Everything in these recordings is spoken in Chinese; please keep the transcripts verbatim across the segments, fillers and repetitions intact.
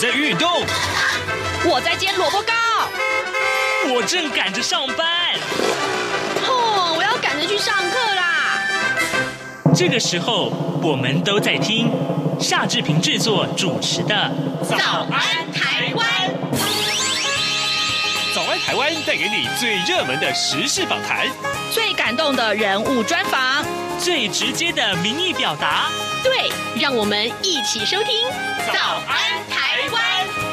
在运动， 我在煎萝卜糕， 我正赶着上班。 哦，我要赶着去上课啦。 这个时候，我们都在听夏志平制作主持的《 早安台湾》。 早安台湾带给你最热门的时事访谈， 最感动的人物专访， 最直接的民意表达。 对，让我们一起收听《早安台湾》。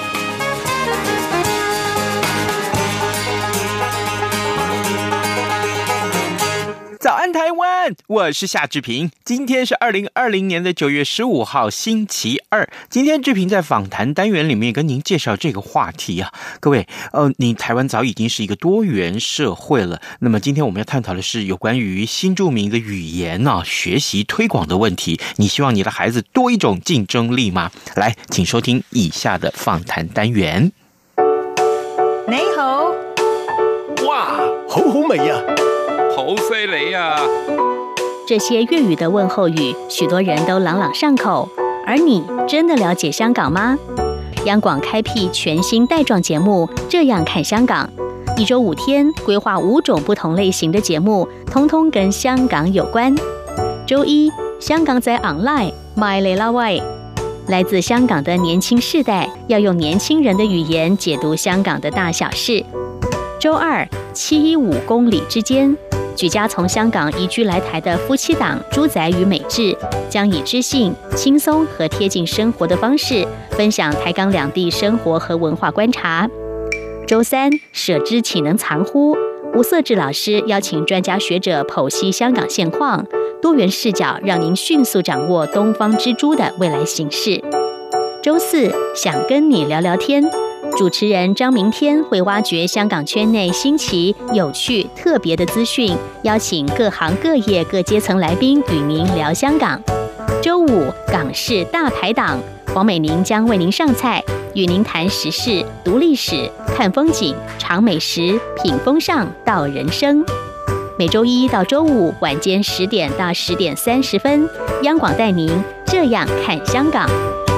早安台湾，我是夏志平。今天是二零二零年的九月十五号，星期二。今天志平在访谈单元里面跟您介绍这个话题啊，各位，呃，你台湾早已经是一个多元社会了。那么今天我们要探讨的是有关于新住民的语言啊学习推广的问题。你希望你的孩子多一种竞争力吗？来，请收听以下的访谈单元。 你好， 哇，好好味啊！ 好犀利啊！ 这些粤语的问候语，许多人都朗朗上口。而你真的了解香港吗？央广开辟全新带状节目《这样看香港》，一周五天，规划五种不同类型的节目，通通跟香港有关。周一，香港在 online 買你啦喂，来自香港的年轻世代要用年轻人的语言解读香港的大小事。周二，七一五公里之间。举家从香港移居来台的夫妻档朱仔与美智，将以知性、轻松和贴近生活的方式，分享台港两地生活和文化观察。周三，舍之岂能藏乎？吴色志老师邀请专家学者剖析香港现况，多元视角让您迅速掌握东方之珠的未来形势。周四，想跟你聊聊天。主持人张明天会挖掘香港圈内新奇、有趣、特别的资讯，邀请各行各业各阶层来宾与您聊香港。周五，港式大排档，黄美玲将为您上菜，与您谈时事、读历史、看风景、尝美食、品风尚到人生。每周一到周五晚间十点到十点三十分，央广带您这样看香港。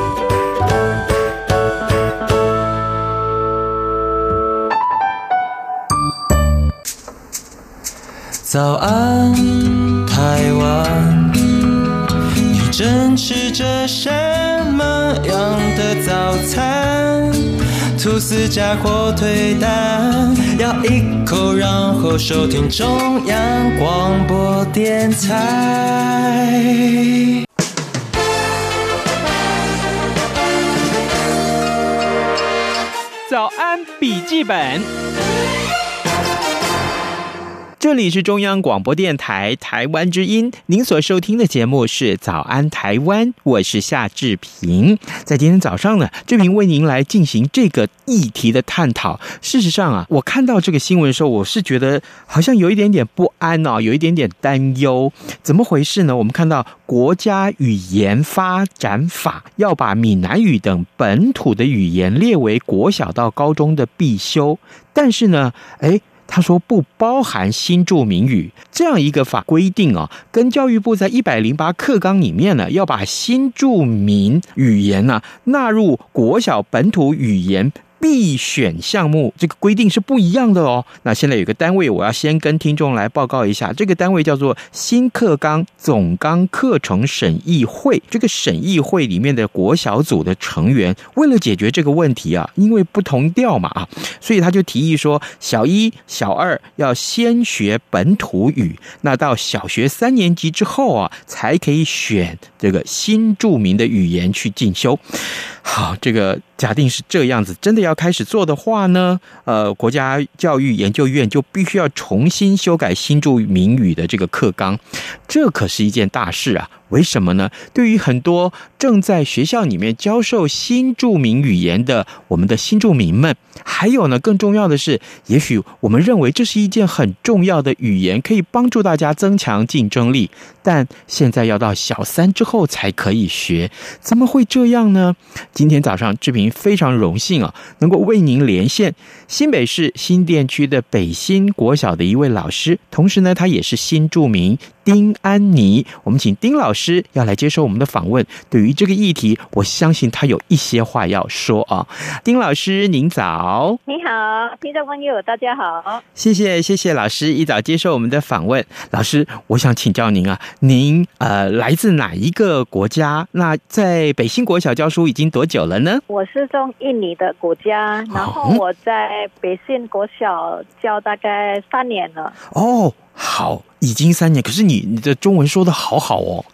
早安，台湾，你正吃着什么样的早餐？吐司加火腿蛋，咬一口，然后收听中央广播电台。 早安笔记本。这里是中央广播电台台湾之音，您所收听的节目是早安台湾，我是夏志平。在今天早上呢，志平为您来进行这个议题的探讨。事实上啊，我看到这个新闻的时候，我是觉得好像有一点点不安哦，有一点点担忧。怎么回事呢？我们看到国家语言发展法要把闽南语等本土的语言列为国小到高中的必修，但是呢，哎。他说不包含新住民语，这样一个法规定啊，跟教育部在一百零八课纲里面呢，要把新住民语言呢、啊、纳入国小本土语言必选项目，这个规定是不一样的哦。那现在有个单位，我要先跟听众来报告一下，这个单位叫做新课纲总纲课程审议会。这个审议会里面的国小组的成员，为了解决这个问题啊，因为不同调嘛啊，所以他就提议说，小一、小二要先学本土语，那到小学三年级之后啊，才可以选这个新住民的语言去进修。好，这个假定是这样子，真的要开始做的话呢，呃，国家教育研究院就必须要重新修改新住民语的这个课纲，这可是一件大事啊。为什么呢？对于很多正在学校里面教授新住民语言的我们的新住民们，还有呢，更重要的是，也许我们认为这是一件很重要的语言，可以帮助大家增强竞争力，但现在要到小三之后才可以学，怎么会这样呢？今天早上志平非常荣幸啊，能够为您连线新北市新店区的北新国小的一位老师，同时呢，他也是新住民丁安妮。我们请丁老师要来接受我们的访问。对于这个议题，我相信他有一些话要说啊。丁老师，您早。 你好，听众朋友，大家好。 谢谢，谢谢老师一早接受我们的访问。老师，我想请教您啊，您呃来自哪一个国家？那在北新国小教书已经多久了呢？ 我是从印尼的国家，然后我在北新国小教大概三年了。 哦，好，已经三年，可是你你的中文说得好好哦。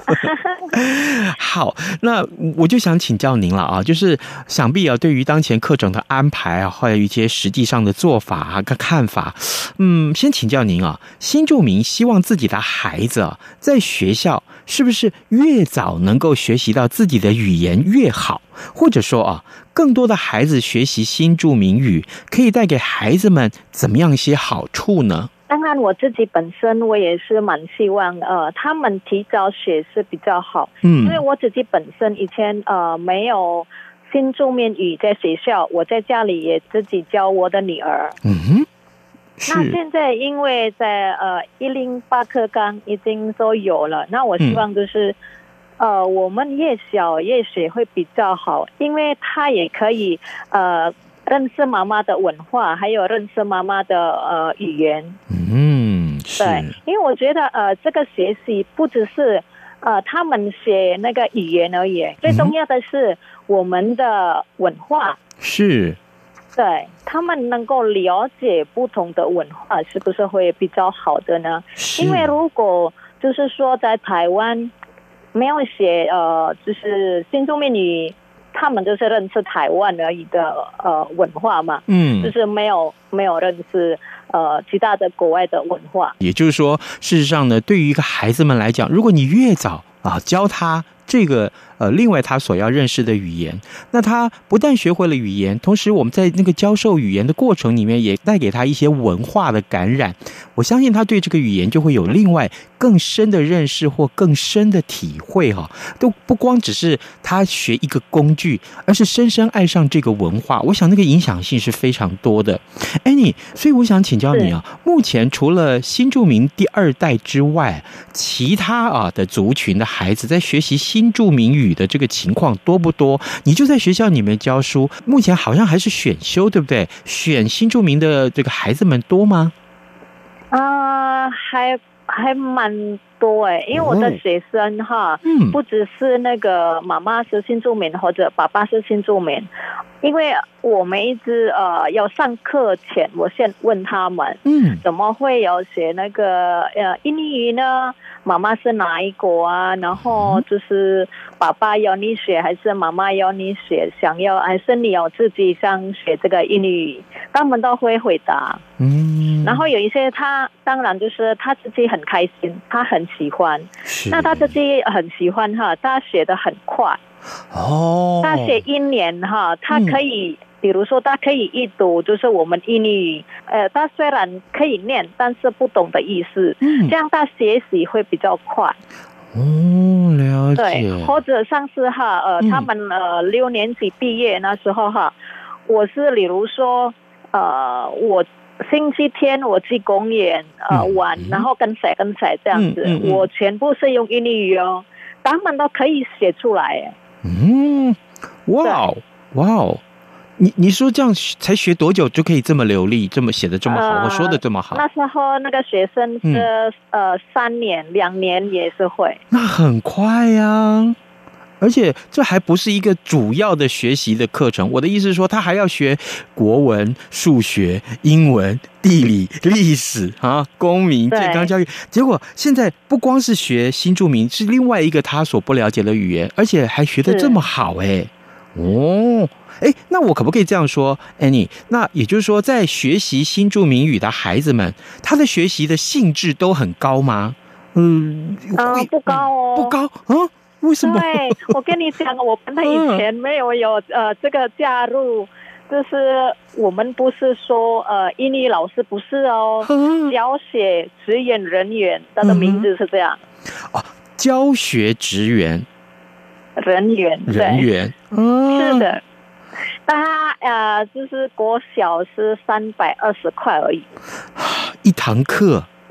好，那我就想请教您了啊，就是想必啊，对于当前课程的安排啊，还有一些实际上的做法啊、跟看法，嗯，先请教您啊，新住民希望自己的孩子啊，在学校是不是越早能够学习到自己的语言越好，或者说啊，更多的孩子学习新住民语，可以带给孩子们怎么样一些好处呢？ 当然，我自己本身我也是蛮希望，呃，他们提早学是比较好，嗯，因为我自己本身以前呃没有新住民语在学校，我在家里也自己教我的女儿，嗯哼，那现在因为在呃一零八课纲已经都有了，那我希望就是。嗯呃，我们越小越学会比较好，因为他也可以呃认识妈妈的文化，还有认识妈妈的呃语言。嗯，对，因为我觉得呃这个学习不只是呃他们学那个语言而已，最重要的是我们的文化。是。对，他们能够了解不同的文化，是不是会比较好的呢？因为如果就是说在台湾。没有学呃，就是新住民语，他们就是认识台湾而已的呃文化嘛，嗯，就是没有没有认识呃其他的国外的文化。也就是说，事实上呢，对于一个孩子们来讲，如果你越早啊教他这个呃，另外他所要认识的语言，那他不但学会了语言，同时我们在那个教授语言的过程里面，也带给他一些文化的感染。我相信他对这个语言就会有另外更深的认识或更深的体会哈，都不光只是他学一个工具，而是深深爱上这个文化。我想那个影响性是非常多的。Annie，所以我想请教你啊，目前除了新住民第二代之外，其他啊的族群的孩子在学习新住民语的这个情况多不多？你就在学校里面教书，目前好像还是选修，对不对？选新住民的这个孩子们多吗？啊、呃，还还蛮多哎，因为我的学生哈，嗯，不只是那个妈妈是新住民或者爸爸是新住民，因为我们一直呃要上课前，我先问他们，嗯，怎么会有学那个呃印尼语呢？妈妈是哪一国啊？然后就是爸爸要你学还是妈妈要你学？想要还是你要自己想学这个印尼语？他们都会回答。嗯，然后有一些他当然就是他自己很开心，他很喜欢。那他自己很喜欢哈，他学得很快。哦，他学一年哈，他可以。嗯，比如说，他可以一读，就是我们印尼语，呃，他虽然可以念，但是不懂的意思，嗯，这样他学习会比较快。哦，了解。对，或者上次哈，呃，嗯、他们呃六年级毕业那时候哈，我是比如说，呃，我星期天我去公园呃、嗯、玩，然后跟谁跟谁这样子，嗯嗯嗯、我全部是用印尼语哦，他们都可以写出来。嗯，哇哦，哇哦。你你说这样才学多久就可以这么流利，这么写的这么好，呃、我说的这么好？那时候那个学生是、嗯、呃三年两年也是会，那很快呀、啊。而且这还不是一个主要的学习的课程，我的意思是说，他还要学国文、数学、英文、地理、历史啊、公民、健康教育。结果现在不光是学新住民，是另外一个他所不了解的语言，而且还学得这么好哎、欸，哦。哎，那我可不可以这样说 ，Annie？ 那也就是说，在学习新住民语的孩子们，他的学习的兴致都很高吗？嗯，啊、呃，不高哦，不高啊？为什么？对，我跟你讲，我们以前没有有呃这个加入，就是我们不是说呃英语老师不是哦，嗯、教学职员人员，他的名字是这样。哦、啊，教学职员人员人员，嗯、是的。他呃，就是国小是三百二十块而已，一堂课，一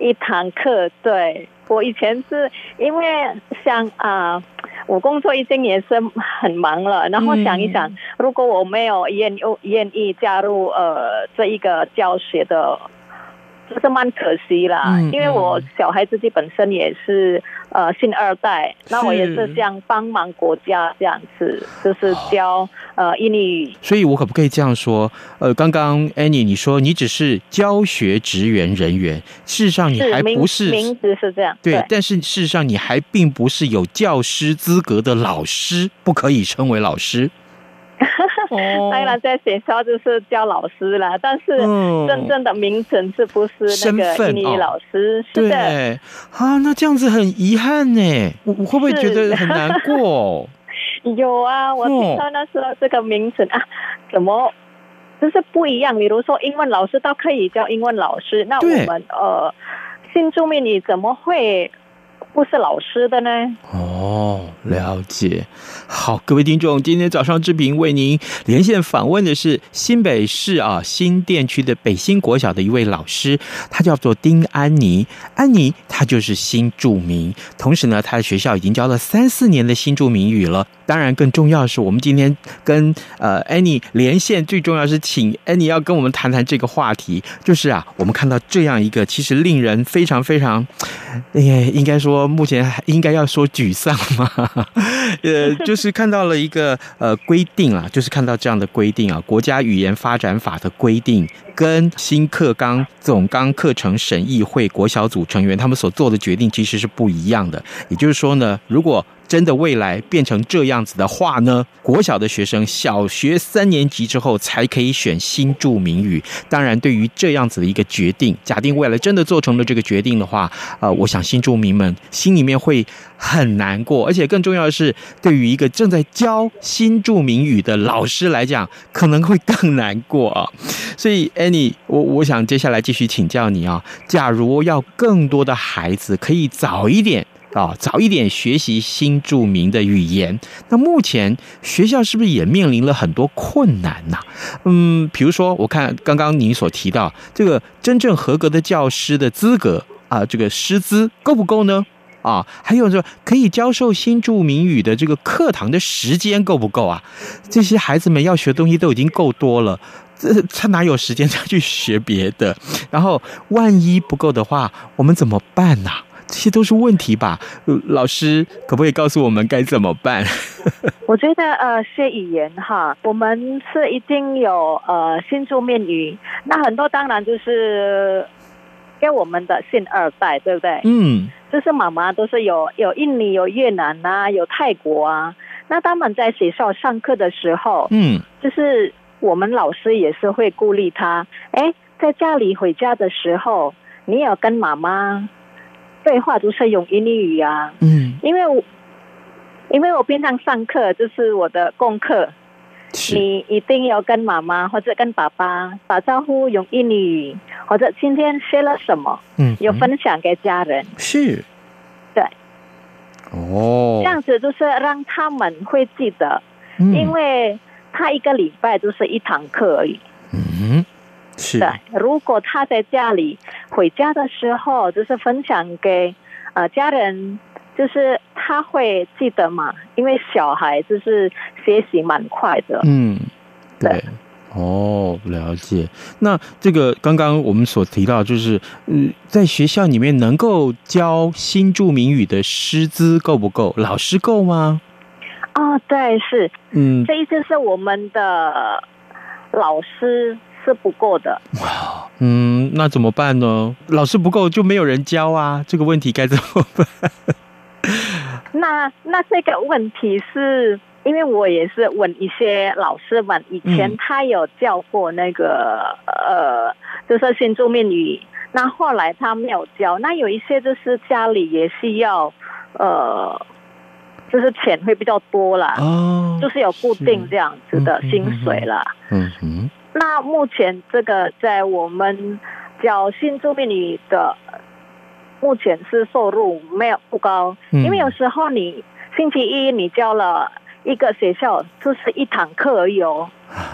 一堂课。对，我以前是因为像啊、呃，我工作已经也是很忙了，然后想一想，嗯、如果我没有愿愿意加入呃这一个教学的。就是蛮可惜啦、嗯，因为我小孩自己本身也是呃新二代，那我也是想帮忙国家这样子，就是教呃印尼语。 所以我可不可以这样说？呃，刚刚 Annie 你说你只是教学职员人员，事实上你还不是， 是 名, 名字是这样， 对, 对， 但是事实上你还并不是有教师资格的老师，不可以称为老师。 当然在学校就是教老师啦，但是真正的名称是不是那个印尼语老师？ 哦、是的，对啊，那这样子很遗憾呢，我我会不会觉得很难过？ 有啊，我听到那时候这个名称啊，怎么就是不一样？比如说英文老师都可以叫英文老师，那我们呃新住民语怎么会不是老师的呢？ 哦，了解。好，各位听众，今天早上志平为您连线访问的是新北市啊新店区的北新国小的一位老师，他叫做丁安妮。安妮她就是新住民，同时呢，她的学校已经教了三四年的新住民语了。当然，更重要的是，我们今天跟呃 Annie 连线，最重要是请 Annie 要跟我们谈谈这个话题，就是啊，我们看到这样一个其实令人非常非常，呃，应该说目前应该要说沮丧嘛，呃，就是看到了一个呃规定啊，就是看到这样的规定啊，国家语言发展法的规定跟新课纲总纲课程审议会国小组成员他们所做的决定其实是不一样的。也就是说呢，如果真的未来变成这样子的话呢，国小的学生小学三年级之后才可以选新住民语。当然，对于这样子的一个决定，假定未来真的做成了这个决定的话，呃，我想新住民们心里面会很难过，而且更重要的是，对于一个正在教新住民语的老师来讲，可能会更难过啊。所以 Annie， 我我想接下来继续请教你啊，假如要更多的孩子可以早一点啊，早一点学习新住民的语言，那目前学校是不是也面临了很多困难呢、啊？嗯，比如说，我看刚刚你所提到这个真正合格的教师的资格啊，这个师资够不够呢？啊，还有说可以教授新住民语的这个课堂的时间够不够啊？这些孩子们要学的东西都已经够多了，这他哪有时间再去学别的？然后万一不够的话，我们怎么办呢、啊？这些都是问题吧？老师可不可以告诉我们该怎么办？ 我觉得呃，学语言哈，我们是一定有呃新住民语，那很多当然就是给我们的新二代，对不对？嗯，就是妈妈都是有有印尼、有越南啊，有泰国啊。那他们在学校上课的时候，嗯，就是我们老师也是会鼓励他，哎，在家里回家的时候，你要跟妈妈对话都是用印尼语啊，嗯，因为我因为我平常上课就是我的功课，你一定要跟妈妈或者跟爸爸打招呼用印尼语，或者今天学了什么，嗯，有分享给家人， 是， 对， 哦， 这样子就是让他们会记得，嗯、因为他一个礼拜就是一堂课而已，嗯。是，对，如果他在家里回家的时候，就是分享给呃家人，就是他会记得嘛，因为小孩就是学习蛮快的。嗯， 对，对哦，了解。那这个刚刚我们所提到，就是嗯，在学校里面能够教新住民语的师资够不够？老师够吗？ 哦，对，是，嗯，这意思是我们的老师是不够的。 嗯，那怎么办呢？老师不够就没有人教啊，这个问题该怎么办？ 那那这个问题是因为我也是问一些老师们，以前他有教过那个、嗯、呃，就是新住民语，那后来他没有教。那有一些就是家里也是要呃，就是钱会比较多啦，哦，就是有固定这样子的薪水啦。嗯哼。那目前这个在我们教新住民语的，目前是收入没有不高，嗯、因为有时候你星期一你教了一个学校，就是一堂课而已哦。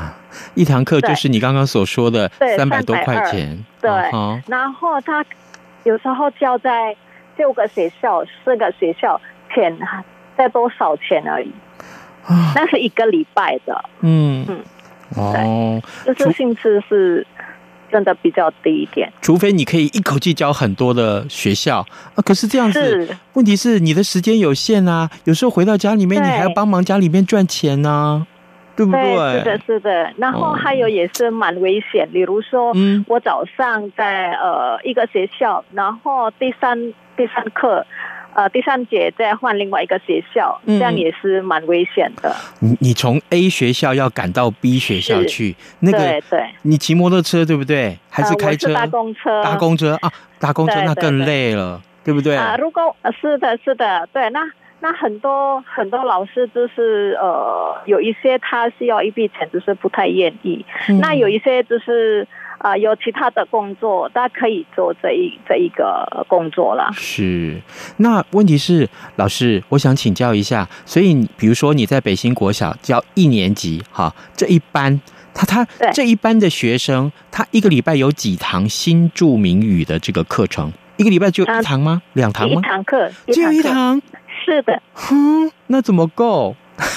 一堂课就是你刚刚所说的三百多块钱。 对，哦、然后他有时候教在六个学校、四个学校，钱在多少钱而已。那是一个礼拜的。嗯嗯，哦，就是薪资是真的比较低一点。 除非你可以一口气教很多的学校啊，可是这样子，问题是你的时间有限啊，有时候回到家里面，你还要帮忙家里面赚钱啊。对不对？ 对，是的，是的。然后还有也是蛮危险，比如说，嗯，我早上在呃一个学校，然后第三第三课，呃第三节再换另外一个学校，嗯、这样也是蛮危险的。 你你从 A 学校要赶到 B 学校去，那个对对， 你骑摩托车对不对？还是开车？ 呃、我是搭公车。 搭公车啊，搭公车那更累了， 对, 对, 对, 对不对？ 啊、呃，如果是的，是的，对，那。那很多很多老师就是呃，有一些他是要一笔钱，就是不太愿意。嗯、那有一些就是啊、呃，有其他的工作，大家可以做这一这一个工作啦。 是，那问题是，老师，我想请教一下，所以比如说你在北新国小教一年级，哈，这一班他他这一班的学生，他一个礼拜有几堂新住民语的这个课程？一个礼拜就一堂吗？啊、两堂吗？ 一堂课， 只有一堂。 是的， 哼，那怎么够？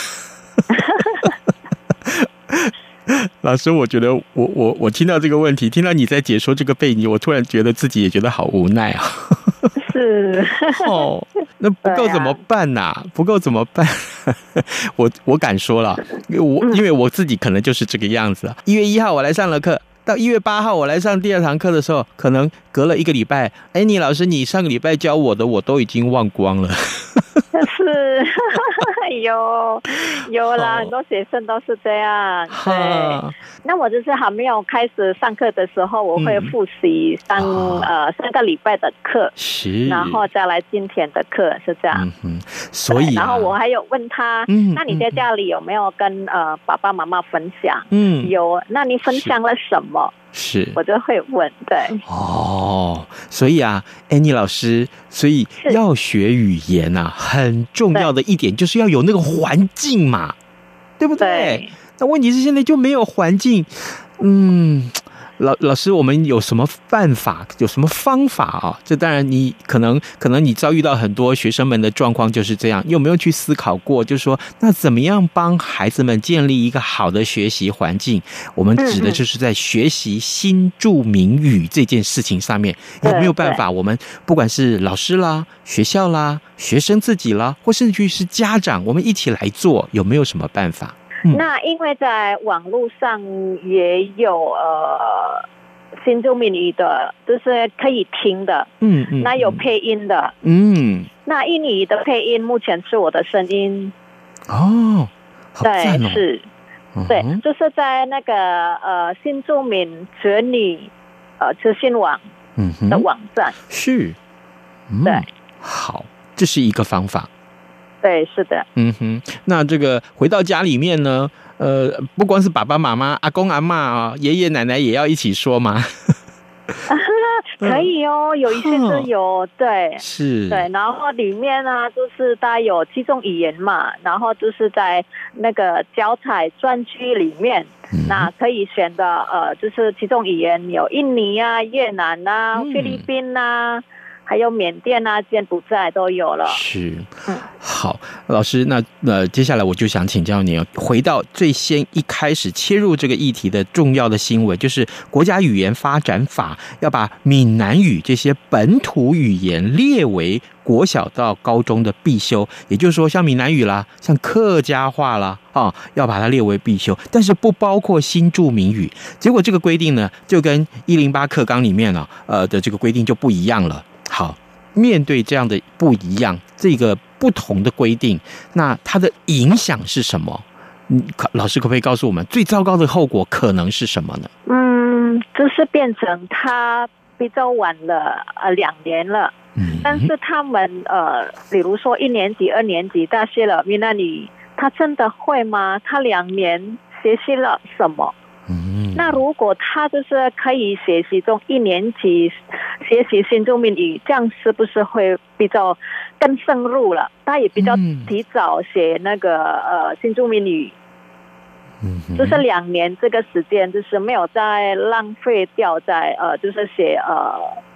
老师，我觉得我我我听到这个问题，听到你在解说这个背景，我突然觉得自己也觉得好无奈啊。 是哦，那不够怎么办呐、啊？不够怎么办？我我敢说了，因为我因为我自己可能就是这个样子啊。一月一号我来上了课。到一月八号我来上第二堂课的时候，可能隔了一个礼拜，哎，你老师，你上个礼拜教我的我都已经忘光了。 是，有有啦，很多学生都是这样。对，那我就是还没有开始上课的时候，我会复习三、嗯、呃三个礼拜的课， 是， 然后再来今天的课，是这样。 嗯所以、啊， 然后我还有问他，嗯、那你在家里有没有跟呃爸爸妈妈分享？嗯，有，那你分享了什么？ 是， 我就会问，对。 哦，所以啊 ，Annie 老师，所以要学语言啊，很重要的一点就是要有那个环境嘛，对不对？对，那问题是现在就没有环境，嗯。老老师，我们有什么办法？有什么方法啊？这当然，你可能可能你遭遇到很多学生们的状况就是这样。你有没有去思考过？就是说，那怎么样帮孩子们建立一个好的学习环境？我们指的就是在学习新住民语这件事情上面，有没有办法？我们不管是老师啦、学校啦、学生自己啦，或甚至于是家长，我们一起来做，有没有什么办法？ 那因为在网络上也有呃新住民语的，就是可以听的，嗯嗯，那有配音的，嗯，那印尼语的配音目前是我的声音， 哦，好赞哦， 对，是，嗯、对，就是在那个呃新住民子女呃资讯网的网站， 嗯、是，嗯、 对， 好，这是一个方法。 对，是的。 嗯哼，那这个回到家里面呢，呃，不光是爸爸妈妈、阿公阿嬷啊、爷爷奶奶也要一起说吗？ 可以哦，有一些是有，对， 是， 对，然后里面呢，就是它有几种语言嘛，然后就是在那个教材专区里面，嗯、那可以选的呃，就是几种语言有印尼啊、越南啊、嗯、菲律宾啊。还有缅甸啊、柬埔寨都有了。 是，嗯，好，老师，那呃，接下来我就想请教你，回到最先一开始切入这个议题的重要的新闻，就是国家语言发展法要把闽南语这些本土语言列为国小到高中的必修，也就是说，像闽南语啦，像客家话啦，啊，要把它列为必修，但是不包括新住民语。结果这个规定呢，就跟一零八课纲里面啊，呃的这个规定就不一样了。好，面对这样的不一样，这个不同的规定，那它的影响是什么？嗯，老师可不可以告诉我们，最糟糕的后果可能是什么呢？ 嗯，就是变成他比较晚了，呃，两年了。嗯，但是他们呃，比如说一年级、二年级，大学了，闽南语，他真的会吗？他两年学习了什么？嗯，那如果他就是可以学习从一年级学习新住民语，这样是不是会比较更深入了？他也比较提早学那个、嗯、呃新住民语，嗯，就是两年这个时间，就是没有再浪费掉在呃，就是学呃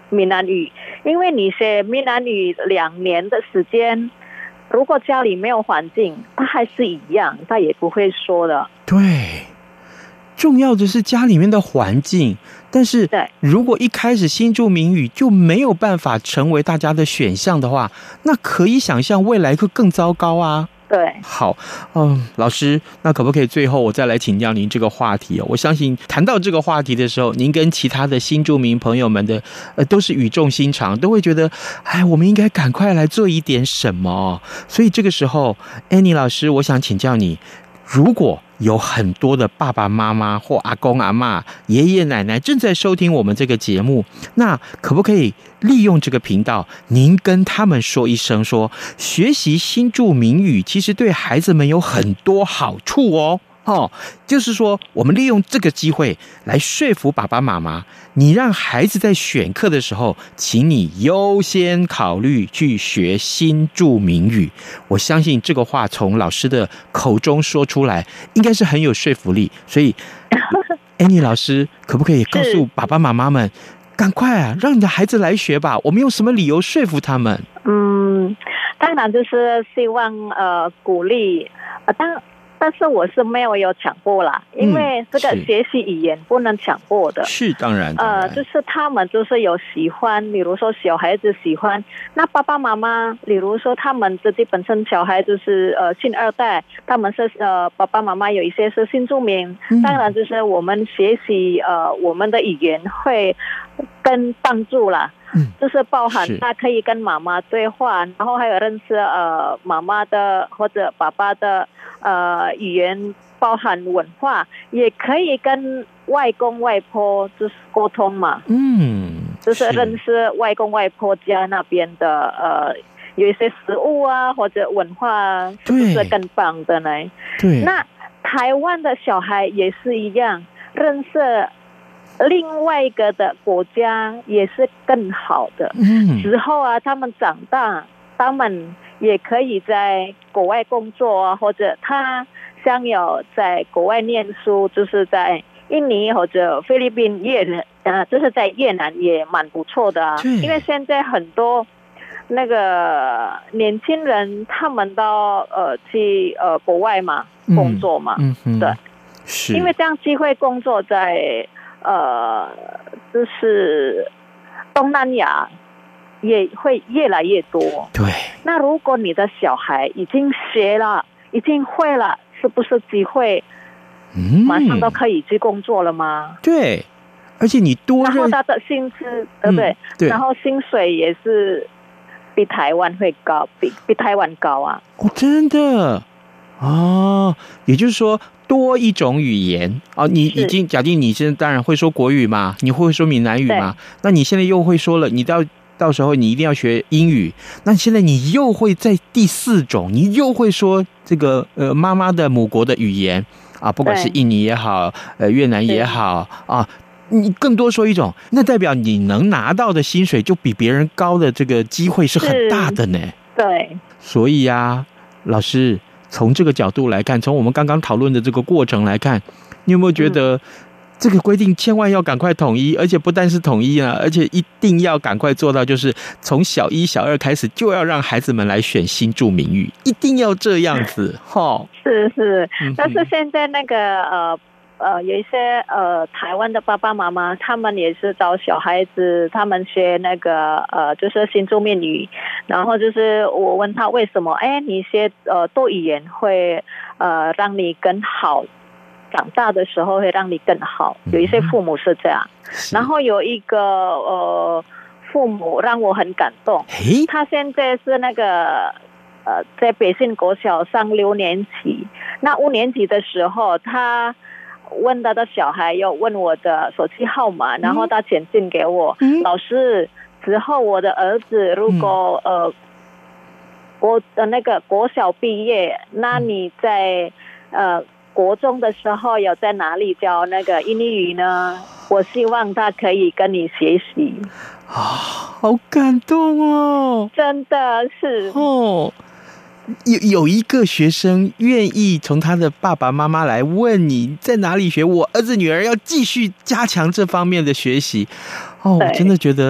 闽南语，因为你学闽南语两年的时间，如果家里没有环境，他还是一样，他也不会说的。 对，重要的是家里面的环境，但是如果一开始新住民语就没有办法成为大家的选项的话，那可以想象未来会更糟糕啊。 对， 好，嗯，老师，那可不可以最后我再来请教您这个话题哦？我相信谈到这个话题的时候，您跟其他的新住民朋友们的呃都是语重心长，都会觉得，哎，我们应该赶快来做一点什么。所以这个时候 ，Annie 老师，我想请教你，如果有很多的爸爸妈妈或阿公阿嬷、爷爷奶奶正在收听我们这个节目，那可不可以利用这个频道，您跟他们说一声说，学习新住民语其实对孩子们有很多好处哦。哦，就是说，我们利用这个机会来说服爸爸妈妈，你让孩子在选课的时候，请你优先考虑去学新住民语。我相信这个话从老师的口中说出来，应该是很有说服力。所以，Annie 老师可不可以告诉爸爸妈妈们，赶快啊，让你的孩子来学吧？我们用什么理由说服他们？ 嗯，当然就是希望呃鼓励，呃当。但是我是没有有强迫啦，因为这个学习语言不能强迫的。 是当然，当然呃，就是他们就是有喜欢，比如说小孩子喜欢，那爸爸妈妈，比如说他们自己本身小孩就是呃新二代，他们是呃爸爸妈妈有一些是新住民，嗯、当然就是我们学习呃我们的语言会更帮助啦。嗯，就是包含他可以跟妈妈对话，然后还有认识呃妈妈的或者爸爸的呃语言，包含文化，也可以跟外公外婆就是沟通嘛。嗯，就是认识外公外婆家那边的呃有一些食物啊或者文化，是不是更棒的呢？对，那台湾的小孩也是一样，认识另外一个的国家也是更好的。嗯，之后啊，他们长大，他们也可以在国外工作啊，或者他想有在国外念书，就是在印尼或者菲律宾也呃，就是在越南也蛮不错的啊。因为现在很多那个年轻人，他们都呃去呃国外嘛工作嘛，嗯嗯、对，是因为这样机会工作在。呃，就是东南亚也会越来越多。对，那如果你的小孩已经学了，已经会了，是不是机会马上都可以去工作了吗？嗯、对，而且你多认，然后他的薪资，对不对？嗯、对，然后薪水也是比台湾会高，比比台湾高啊！哦，真的哦，也就是说。多一种语言哦，你已经假定你现在当然会说国语嘛，你会说闽南语嘛？那你现在又会说了，你到到时候你一定要学英语。那现在你又会在第四种，你又会说这个呃妈妈的母国的语言啊，不管是印尼也好，呃越南也好啊，你更多说一种，那代表你能拿到的薪水就比别人高的这个机会是很大的呢。对，所以啊，老师。从这个角度来看，从我们刚刚讨论的这个过程来看，你有没有觉得这个规定千万要赶快统一，而且不但是统一啊，而且一定要赶快做到，就是从小一、小二开始就要让孩子们来选新住民语，一定要这样子，哈。是是，但是现在那个呃。呃，有一些呃台湾的爸爸妈妈，他们也是找小孩子，他们学那个呃就是新住民语，然后就是我问他为什么，哎，你学呃多语言会呃让你更好，长大的时候会让你更好。有一些父母是这样，然后有一个呃父母让我很感动，他现在是那个呃在北信国小上六年级，那五年级的时候他。问他的小孩要问我的手机号码，然后他简讯给我、嗯、老师之后我的儿子如果、嗯、呃国的那个国小毕业，那你在呃国中的时候有在哪里教那个印尼语呢？我希望他可以跟你学习啊，好感动哦，真的是哦。有有一个学生愿意从他的爸爸妈妈来问你在哪里学，我儿子女儿要继续加强这方面的学习。哦，我真的觉得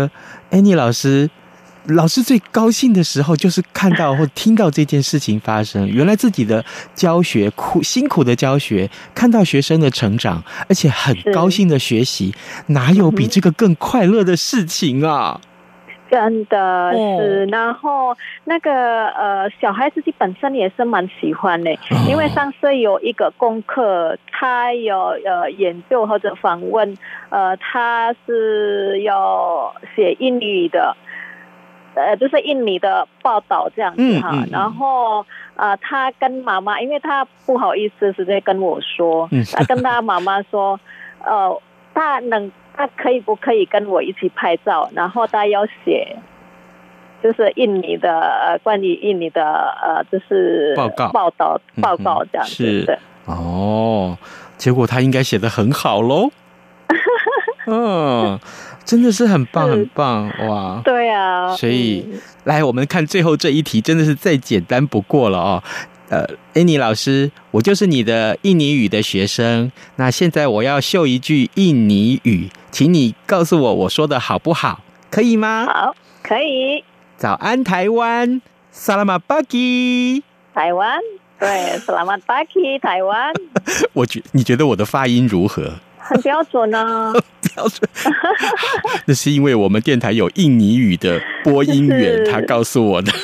Annie 老师。老师最高兴的时候就是看到或听到这件事情发生，原来自己的教学苦辛苦的教学，看到学生的成长，而且很高兴的学习，哪有比这个更快乐的事情啊？ 真的是，哦、然后那个呃，小孩子本身也是蛮喜欢的，哦、因为上次有一个功课，他有呃研究或者访问，呃，他是要写英语的。呃，就是印尼的报道这样子哈，嗯嗯、然后呃，他跟妈妈，因为他不好意思直接跟我说，嗯、他跟他妈妈说，呃，他能，他可以不可以跟我一起拍照？然后他要写，就是印尼的呃，关于印尼的呃，就是报告报道报告这样子。 是的哦，结果他应该写得很好喽。嗯。真的是很棒很棒哇！ 对啊， 所以、嗯、来我们看最后这一题，真的是再简单不过了哦。呃 ，Annie 老师，我就是你的印尼语的学生，那现在我要秀一句印尼语，请你告诉我我说的好不好？可以吗？ 好，可以。 早安台湾 ，Selamat pagi， 台湾，对 ，Selamat pagi， 台湾。 我觉你觉得我的发音如何？ 很标准啊， 标准。那是因为我们电台有印尼语的播音员，他告诉我的。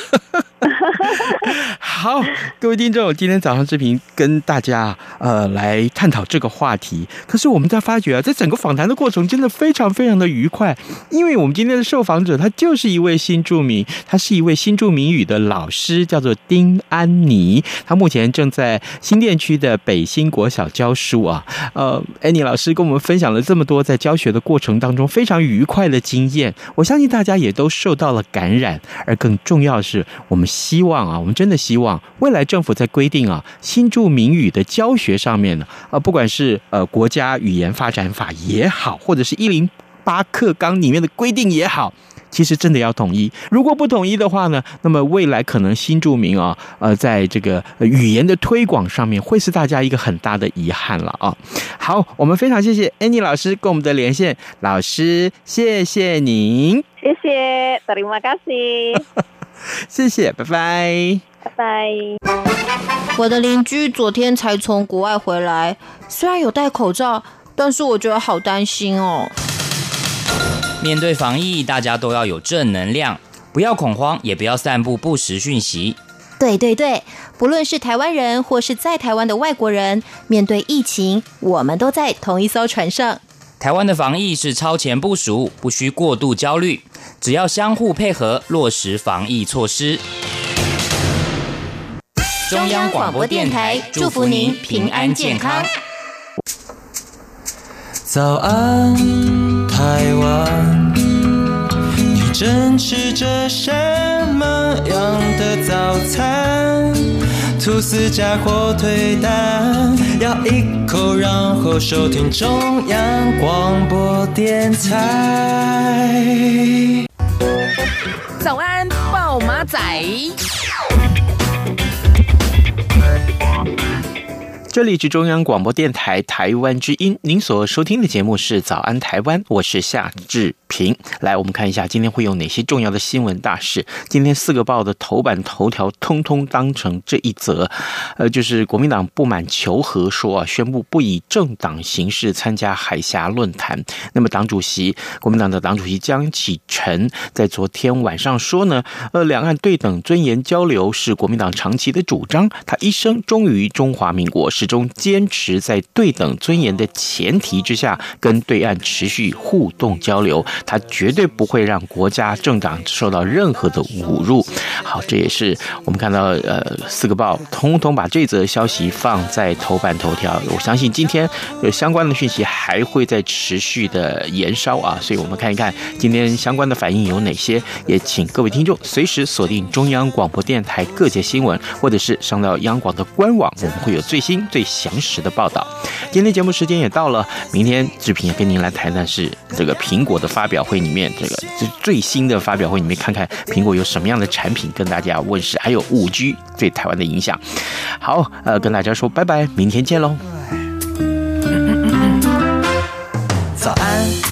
好，各位听众，今天早上志平跟大家呃来探讨这个话题。可是我们在发觉啊，在整个访谈的过程真的非常非常的愉快，因为我们今天的受访者他就是一位新住民，他是一位新住民语的老师，叫做丁安妮。他目前正在新店区的北新国小教书啊。呃 ，Annie 老师跟我们分享了这么多在教学的过程当中非常愉快的经验，我相信大家也都受到了感染。而更重要的是，我们希望啊，我们真的希望未来政府在规定啊新住民语的教学上面呢，呃，不管是呃国家语言发展法也好，或者是一零八课纲里面的规定也好，其实真的要统一。如果不统一的话呢，那么未来可能新住民啊，呃，在这个语言的推广上面，会是大家一个很大的遗憾了啊。好，我们非常谢谢 Annie 老师跟我们的连线，老师，谢谢您， 谢谢 ，terima kasih， 谢谢，拜拜， 拜拜。 我的邻居昨天才从国外回来，虽然有戴口罩，但是我觉得好担心哦。 面对防疫，大家都要有正能量，不要恐慌，也不要散布不实讯息。 对对对，不论是台湾人或是在台湾的外国人，面对疫情，我们都在同一艘船上。 台湾的防疫是超前部署，不需过度焦虑，只要相互配合，落实防疫措施。中央广播电台祝福您平安健康。 早安，台湾，你正吃着什么样的早餐？吐司加火腿蛋，咬一口，然后收听中央广播电台。 早安，暴马仔。 这里是中央广播电台台湾之音，您所收听的节目是早安台湾，我是夏志平。来，我们看一下今天会有哪些重要的新闻大事。今天四个报的头版头条通通当成这一则，呃，就是国民党不满求和说啊，宣布不以政党形式参加海峡论坛。那么党主席，国民党的党主席江启臣在昨天晚上说呢，呃，两岸对等尊严交流是国民党长期的主张，他一生忠于中华民国，始终坚持在对等尊严的前提之下，跟对岸持续互动交流，他绝对不会让国家政党受到任何的侮辱。好，这也是我们看到呃四个报通通把这则消息放在头版头条。我相信今天有相关的讯息还会再持续的延烧啊，所以我们看一看今天相关的反应有哪些，也请各位听众随时锁定中央广播电台各节新闻，或者是上到央广的官网，我们会有最新最详实的报道。今天节目时间也到了，明天志平也跟您来谈谈是这个苹果的发表会里面，这个最新的发表会里面，看看苹果有什么样的产品跟大家问世，还有 五 G 对台湾的影响。好，呃，跟大家说拜拜，明天见喽。